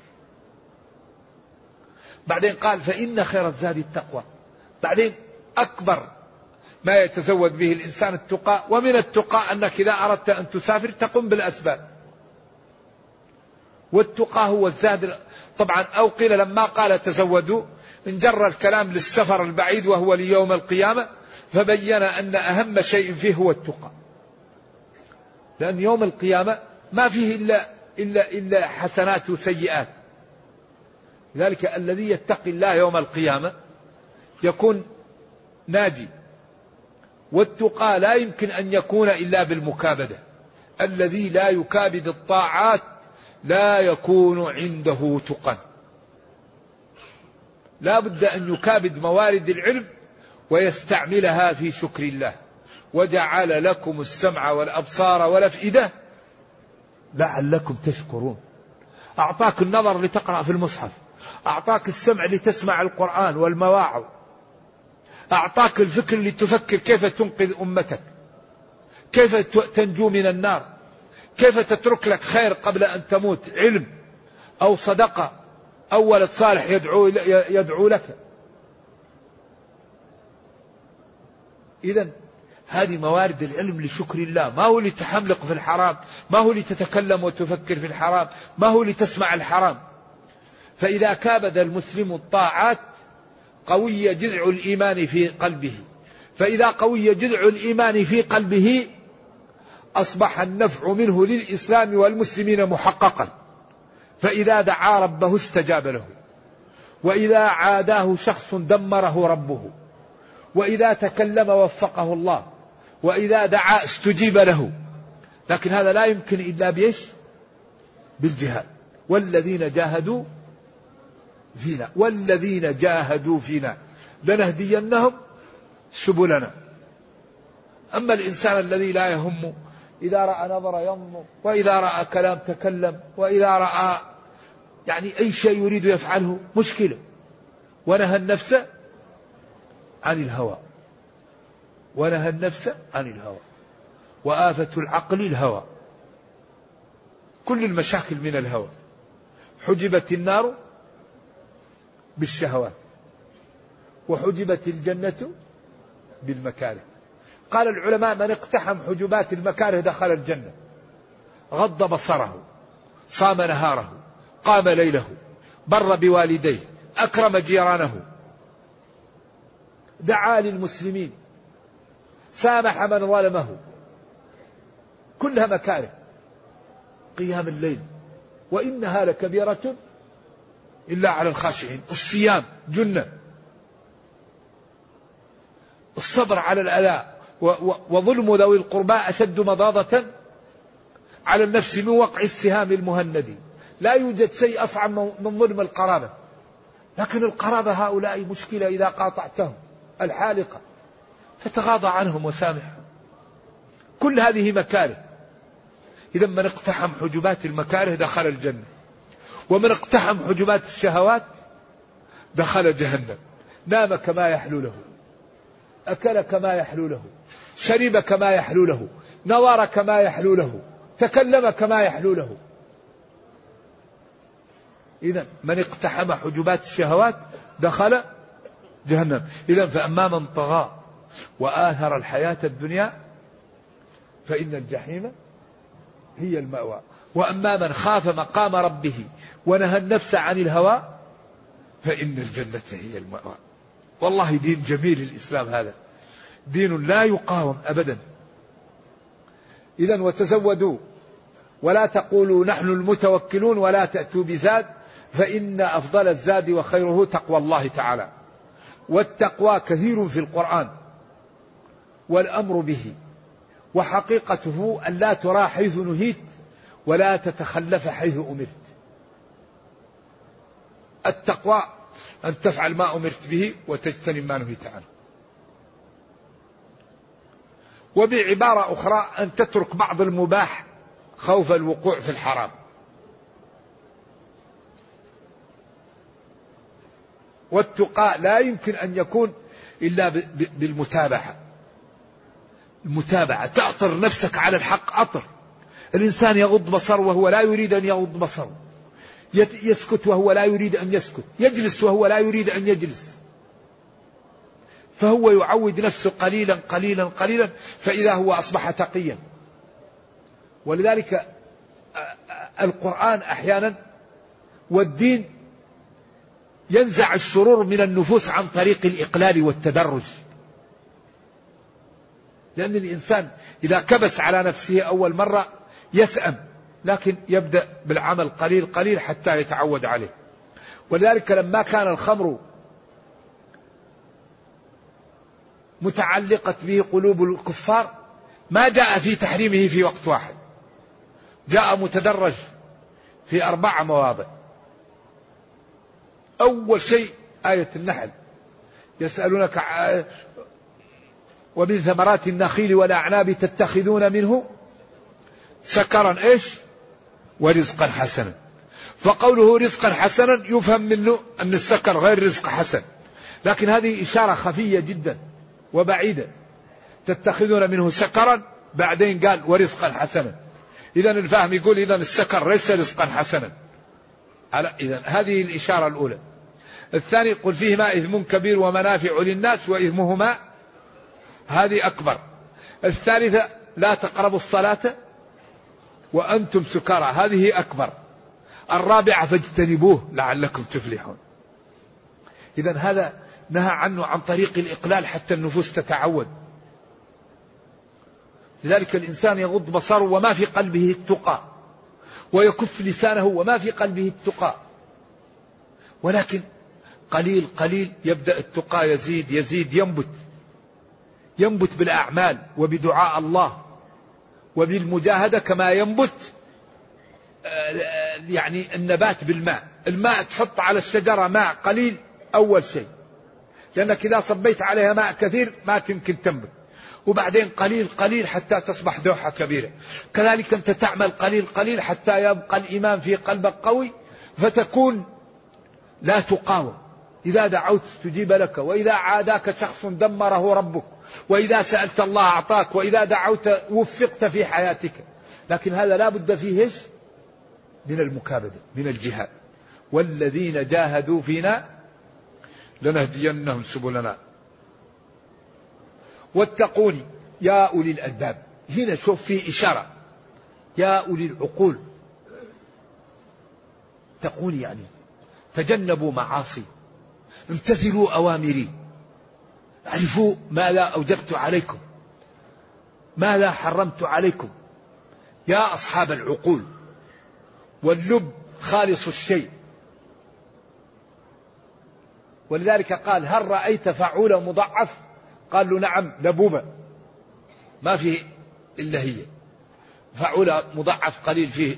بعدين قال: فإن خير الزاد التقوى. بعدين أكبر ما يتزود به الإنسان التقى، ومن التقى أنك إذا أردت أن تسافر تقوم بالأسباب. والتقى هو الزاد طبعا. أو قيل لما قال تزودوا انجر الكلام للسفر البعيد وهو ليوم القيامة، فبين أن أهم شيء فيه هو التقى، لأن يوم القيامة ما فيه إلا, إلا, إلا حسنات وسيئات. لذلك الذي يتقي الله يوم القيامة يكون ناجي. والتقى لا يمكن أن يكون إلا بالمكابدة. الذي لا يكابد الطاعات لا يكون عنده تقى. لا بد أن يكابد موارد العلم ويستعملها في شكر الله. وجعل لكم السمع والأبصار والأفئدة لعلكم تشكرون. أعطاك النظر لتقرأ في المصحف، أعطاك السمع لتسمع القرآن والمواعظ، أعطاك الفكر لتفكر كيف تنقذ أمتك، كيف تنجو من النار، كيف تترك لك خير قبل أن تموت، علم أو صدقة أو ولد صالح يدعو, يدعو لك. إذن هذه موارد العلم لشكر الله، ما هو لتحملق في الحرام، ما هو لتتكلم وتفكر في الحرام، ما هو لتسمع الحرام. فإذا كابد المسلم الطاعات قوي جذع الإيمان في قلبه، فإذا قوي جذع الإيمان في قلبه أصبح النفع منه للإسلام والمسلمين محققا. فإذا دعا ربه استجاب له، وإذا عاداه شخص دمره ربه، وإذا تكلم وفقه الله، وإذا دعا استجيب له. لكن هذا لا يمكن إلا بإيش؟ بالجهاد. والذين جاهدوا فينا والذين جاهدوا فينا لنهدينهم سبلنا. أما الإنسان الذي لا يهم، إذا رأى نظر ينظر، وإذا رأى كلام تكلم، وإذا رأى يعني أي شيء يريد يفعله مشكلة. ونهى النفس عن الهوى ونهى النفس عن الهوى وآفة العقل الهوى. كل المشاكل من الهوى. حجبت النار بالشهوات وحجبت الجنة بالمكاره. قال العلماء: من اقتحم حجبات المكاره دخل الجنة. غض بصره، صام نهاره، قام ليله، بر بوالديه، أكرم جيرانه، دعا للمسلمين، سامح من ظلمه، كلها مكاره. قيام الليل، وإنها لكبيرة إلا على الخاشعين. الصيام جنة. الصبر على الأذى وظلم ذوي القربى أشد مضاضة على النفس من وقع السهام المهندي. لا يوجد شيء أصعب من ظلم القرابة، لكن القرابة هؤلاء مشكلة إذا قاطعتهم، الحالقة، فتغاضى عنهم وسامحهم. كل هذه مكاره. إذا من اقتحم حجبات المكاره دخل الجنة، ومن اقتحم حجبات الشهوات دخل جهنم. نام كما يحلو له، أكل كما يحلو له، شرب كما يحلو له، نظر كما يحلو له، تكلم كما يحلو له. إذن من اقتحم حجبات الشهوات دخل جهنم. إذن فأما من طغى وآثر الحياة الدنيا فإن الجحيم هي المأوى. وأما من خاف مقام ربه ونهى النفس عن الهوى فإن الجنة هي المأوى. والله دين جميل الإسلام، هذا دين لا يقاوم أبدا. إذن وتزودوا ولا تقولوا نحن المتوكلون ولا تأتوا بزاد، فإن أفضل الزاد وخيره تقوى الله تعالى. والتقوى كثير في القرآن والأمر به، وحقيقته أن لا ترى حيث نهيت ولا تتخلف حيث أمرت. التقوى أن تفعل ما أمرت به وتجتنب ما نهيت عنه. وبعبارة أخرى أن تترك بعض المباح خوف الوقوع في الحرام. والتقى لا يمكن أن يكون إلا بالمتابعة. المتابعة، تأطر نفسك على الحق أطر. الإنسان يغض بصره وهو لا يريد أن يغض بصره، يسكت وهو لا يريد أن يسكت، يجلس وهو لا يريد أن يجلس، فهو يعود نفسه قليلا قليلا قليلا، فإذا هو أصبح تقيا. ولذلك القرآن أحيانا والدين ينزع الشرور من النفوس عن طريق الإقلال والتدرج. لأن الإنسان إذا كبس على نفسه أول مرة يسأم، لكن يبدأ بالعمل قليل قليل حتى يتعود عليه. ولذلك لما كان الخمر متعلقة به قلوب الكفار ما جاء في تحريمه في وقت واحد، جاء متدرج في أربع مواضع. أول شيء آية النحل: يسألونك ومن ثمرات النخيل والأعناب تتخذون منه سكرا إيش ورزقا حسنا. فقوله رزقا حسنا يفهم منه أن السكر غير رزق حسن، لكن هذه إشارة خفية جدا وبعيدة. تتخذون منه سكرا، بعدين قال ورزقا حسنا. إذن الفهم يقول إذن السكر ليس رزقا حسنا. إذن هذه الإشارة الأولى. الثاني قل فيهما إثم كبير ومنافع للناس وإثمهما هذه أكبر. الثالثة لا تقربوا الصلاة وأنتم سكارى، هذه أكبر. الرابعة فاجتنبوه لعلكم تفلحون. إذن هذا نهى عنه عن طريق الإقلال حتى النفوس تتعود. لذلك الإنسان يغض بصره وما في قلبه التقى، ويكف لسانه وما في قلبه التقى، ولكن قليل قليل يبدأ التقى يزيد يزيد ينبت ينبت بالأعمال وبدعاء الله وبالمجاهدة، كما ينبت يعني النبات بالماء. الماء تحط على الشجرة ماء قليل أول شيء، لأنك إذا صبيت عليها ماء كثير ما تمكن تنبت، وبعدين قليل قليل حتى تصبح دوحة كبيرة. كذلك أنت تعمل قليل قليل حتى يبقى الإيمان في قلبك قوي، فتكون لا تقاوم. إذا دعوت استجيب لك، وإذا عاداك شخص دمره ربك، وإذا سألت الله أعطاك، وإذا دعوت وفقت في حياتك. لكن هذا لا بد فيه من المكابدة، من الجهاد. والذين جاهدوا فينا لنهدينهم سبلنا واتقوني يا أولي الألباب. هنا شوف فيه إشارة يا أولي العقول. اتقوني يعني تجنبوا معاصي، امتثلوا أوامري، اعرفوا ما لا أوجبت عليكم، ما لا حرمت عليكم. يا أصحاب العقول. واللب خالص الشيء، ولذلك قال هل رأيت فعولة مضعف؟ قال له نعم لبوبة، ما فيه إلا هي. فعولة مضعف قليل فيه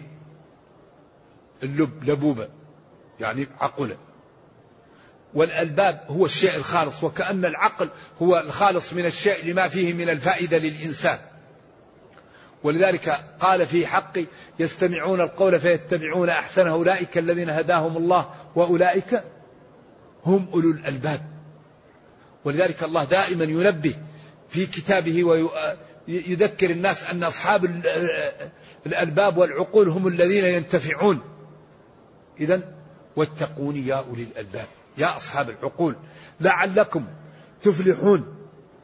اللب لبوبة يعني عقلة. والألباب هو الشيء الخالص، وكأن العقل هو الخالص من الشيء لما فيه من الفائدة للإنسان. ولذلك قال في حق يستمعون القول فيتبعون أحسنه أولئك الذين هداهم الله وأولئك هم أولو الألباب. ولذلك الله دائما ينبه في كتابه ويذكر الناس أن أصحاب الألباب والعقول هم الذين ينتفعون. إذن واتقوني يا أولي الألباب، يا أصحاب العقول لعلكم تفلحون،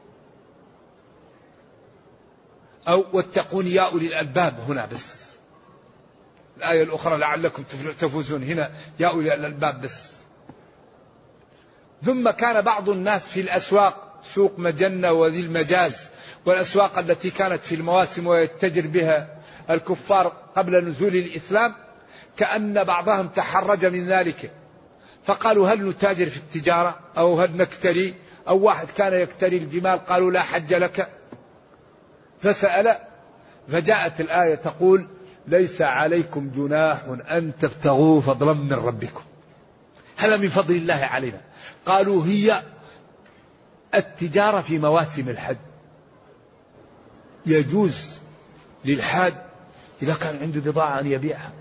أو واتقوني يا أولي الألباب هنا بس. الآية الأخرى لعلكم تفوزون، هنا يا أولي الألباب بس. ثم كان بعض الناس في الأسواق، سوق مجنة وذي المجاز والأسواق التي كانت في المواسم ويتجر بها الكفار قبل نزول الإسلام، كأن بعضهم تحرج من ذلك، فقالوا هل نتاجر في التجارة أو هل نكتري؟ أو واحد كان يكتري الجمال قالوا لا حج لك، فسأل، فجاءت الآية تقول ليس عليكم جناح أن تبتغوا فضلا من ربكم. هذا من فضل الله علينا. قالوا هي التجارة في مواسم الحج، يجوز للحاج إذا كان عنده بضاعة أن يبيعها،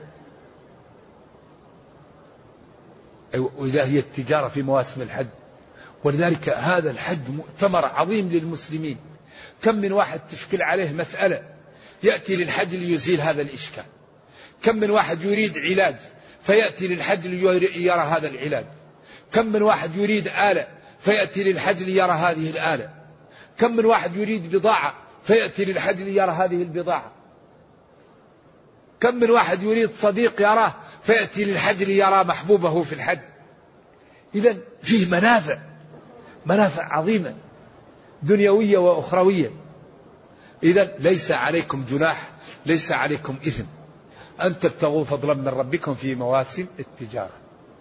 وإذا هي التجارة في مواسم الحج. ولذلك هذا الحج مؤتمر عظيم للمسلمين. كم من واحد تشكل عليه مسألة يأتي للحج ليزيل هذا الإشكال، كم من واحد يريد علاج فيأتي للحج ليرى هذا العلاج، كم من واحد يريد آلة فيأتي للحج ليرى هذه الآلة، كم من واحد يريد بضاعة فيأتي للحج ليرى هذه البضاعة، كم من واحد يريد صديق يراه فيأتي للحج ليرى محبوبه في الحج. إذن فيه منافع منافع عظيمة دنيوية وأخروية. إذن ليس عليكم جناح، ليس عليكم إثم أن تبتغوا فضلا من ربكم في مواسم التجارة.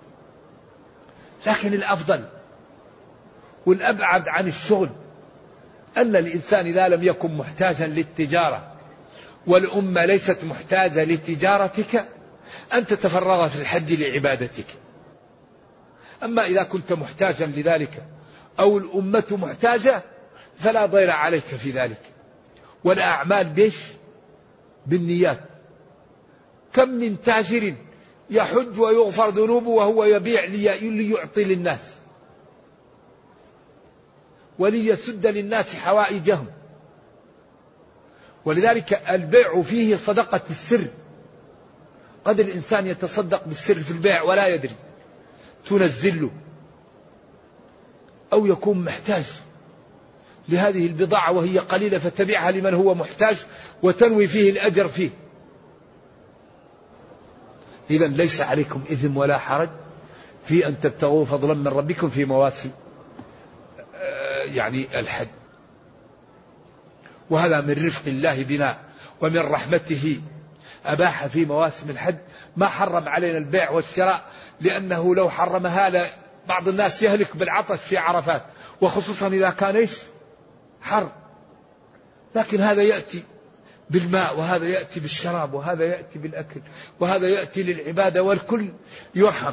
لكن الأفضل والأبعد عن الشغل أن الإنسان إذا لم يكن محتاجا للتجارة والأمة ليست محتاجة لتجارتك أن تتفرغ في الحج لعبادتك. أما إذا كنت محتاجا لذلك أو الأمة محتاجة فلا ضير عليك في ذلك. والأعمال بيش بالنيات. كم من تاجر يحج ويغفر ذنوبه وهو يبيع ليعطي للناس وليسد للناس حوائجهم. ولذلك البيع فيه صدقة السر، قد الإنسان يتصدق بالسر في البيع ولا يدري، تنزل له، أو يكون محتاج لهذه البضاعة وهي قليلة فتبيعها لمن هو محتاج وتنوي فيه الأجر فيه. إذا ليس عليكم إثم ولا حرج في أن تبتغوا فضلا من ربكم في مواسم يعني الحج. وهذا من رفق الله بنا ومن رحمته، أباح في مواسم الحج ما حرم علينا البيع والشراء، لأنه لو حرمها بعض الناس يهلك بالعطش في عرفات، وخصوصا إذا كان إيش حر. لكن هذا يأتي بالماء، وهذا يأتي بالشراب، وهذا يأتي بالأكل، وهذا يأتي للعبادة، والكل يرحم.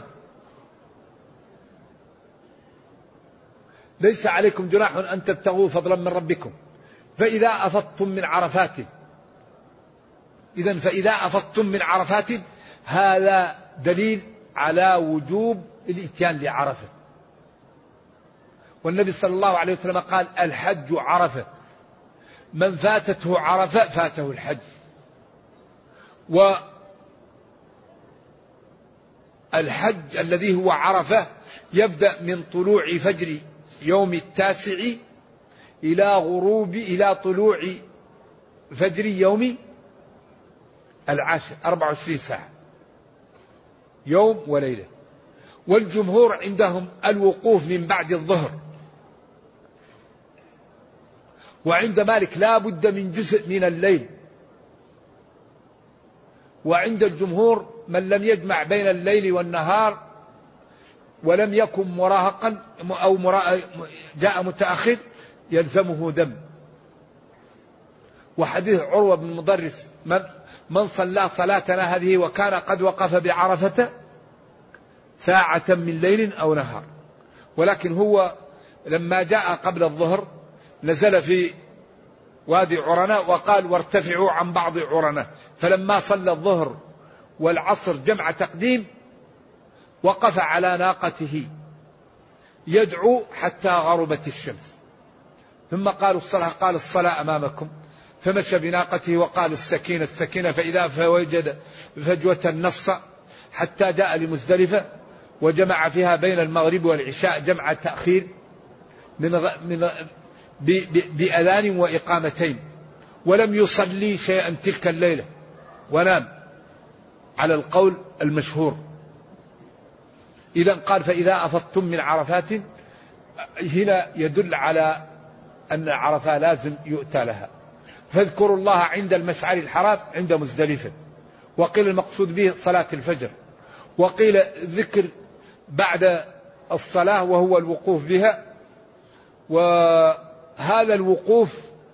ليس عليكم جناح أن تبتغوا فضلا من ربكم فإذا أفضتم من عرفات. إذن فإذا أفضتم من عرفات هذا دليل على وجوب الإتيان لعرفة. والنبي صلى الله عليه وسلم قال الحج عرفة، من فاتته عرفة فاته الحج. والحج الذي هو عرفة يبدأ من طلوع فجر يوم التاسع إلى غروب إلى طلوع فجر يوم العاشر، أربع وعشرين ساعة، يوم وليلة. والجمهور عندهم الوقوف من بعد الظهر، وعند مالك لا بد من جزء من الليل. وعند الجمهور من لم يجمع بين الليل والنهار ولم يكن مراهقا أو جاء متأخر يلزمه دم. وحديث عروة بن مضرس من, من صلى صلاتنا هذه وكان قد وقف بعرفة ساعة من ليل أو نهار. ولكن هو لما جاء قبل الظهر نزل في وادي عرنة وقال وارتفعوا عن بعض عرنة، فلما صلى الظهر والعصر جمع تقديم وقف على ناقته يدعو حتى غربت الشمس، ثم قالوا الصلاة، قال الصلاة أمامكم، فمشى بناقته وقال السكينة السكينة، فإذا فوجد فجوة النص حتى جاء لمزدلفة وجمع فيها بين المغرب والعشاء جمع تأخير من من بأذان وإقامتين، ولم يصلي شيئا تلك الليلة ونام على القول المشهور. إذا قال فإذا أفضتم من عرفات، هنا يدل على أن عرفة لازم يؤتى لها. فاذكروا الله عند المشعر الحرام عند مزدلفة، وقيل المقصود به صلاة الفجر، وقيل ذكر بعد الصلاة وهو الوقوف بها. وهذا الوقوف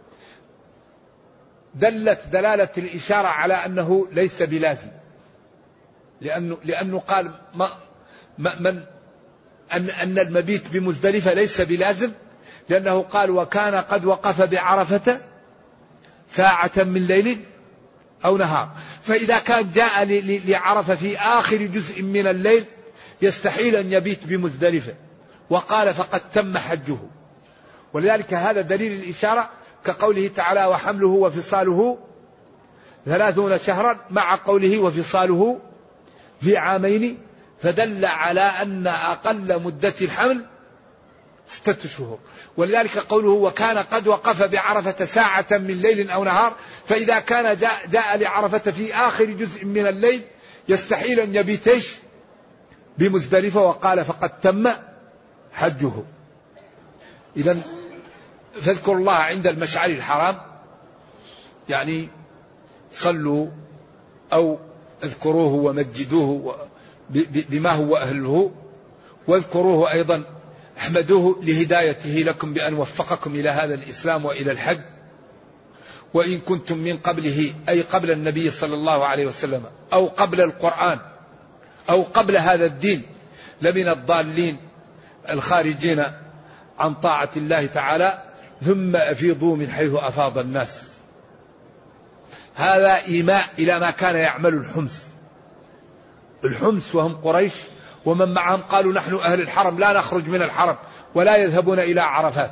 دلت دلالة الإشارة على أنه ليس بلازم، لأنه, لأنه قال ما من أن, أن المبيت بمزدلفة ليس بلازم، لأنه قال وكان قد وقف بعرفة ساعة من ليل أو نهار. فإذا كان جاء لعرفة في آخر جزء من الليل يستحيل أن يبيت بمزدلفة، وقال فقد تم حجه. ولذلك هذا دليل الإشارة كقوله تعالى وحمله وفصاله ثلاثون شهرا، مع قوله وفصاله في عامين، فدل على أن أقل مدة الحمل ستة شهور. ولذلك قوله وكان قد وقف بعرفة ساعة من ليل أو نهار، فإذا كان جاء, جاء لعرفة في آخر جزء من الليل يستحيل أن يبيتش بمزدلفة، وقال فقد تم حجه. إذن فاذكروا الله عند المشعر الحرام، يعني صلوا أو اذكروه ومجدوه بما هو أهله، واذكروه أيضا احمدوه لهدايته لكم بأن وفقكم إلى هذا الإسلام وإلى الحج. وإن كنتم من قبله أي قبل النبي صلى الله عليه وسلم أو قبل القرآن أو قبل هذا الدين لمن الضالين الخارجين عن طاعة الله تعالى، ثم أفيضوا من حيث أفاض الناس. هذا إيماء إلى ما كان يعمل الحمص، الحمص وهم قريش ومن معهم قالوا نحن أهل الحرم لا نخرج من الحرم ولا يذهبون إلى عرفات.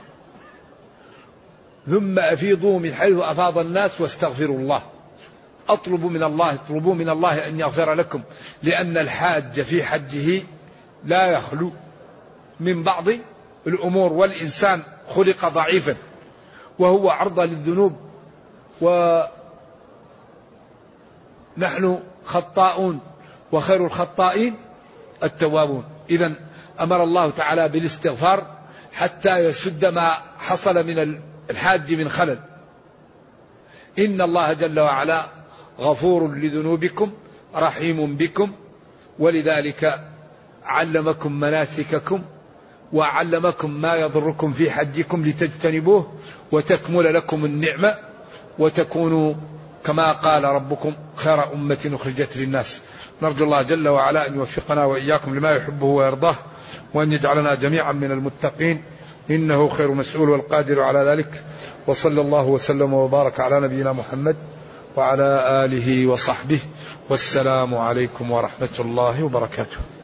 ثم أفيضوا من حيث أفاض الناس واستغفروا الله. أطلبوا من الله اطلبوا من الله أن يغفر لكم، لأن الحاج في حجه لا يخلو من بعض الأمور، والإنسان خلق ضعيفا وهو عرضة للذنوب، ونحن خطاؤون وخير الخطائين التوابون. إذن أمر الله تعالى بالاستغفار حتى يسد ما حصل من الحاج من خلل. إن الله جل وعلا غفور لذنوبكم رحيم بكم، ولذلك علمكم مناسككم وعلمكم ما يضركم في حجكم لتجتنبوه وتكمل لكم النعمة وتكونوا كما قال ربكم خير أمة أخرجت للناس. نرجو الله جل وعلا أن يوفقنا وإياكم لما يحبه ويرضاه، وأن يجعلنا جميعا من المتقين، إنه خير مسؤول والقادر على ذلك. وصلى الله وسلم وبارك على نبينا محمد وعلى آله وصحبه، والسلام عليكم ورحمة الله وبركاته.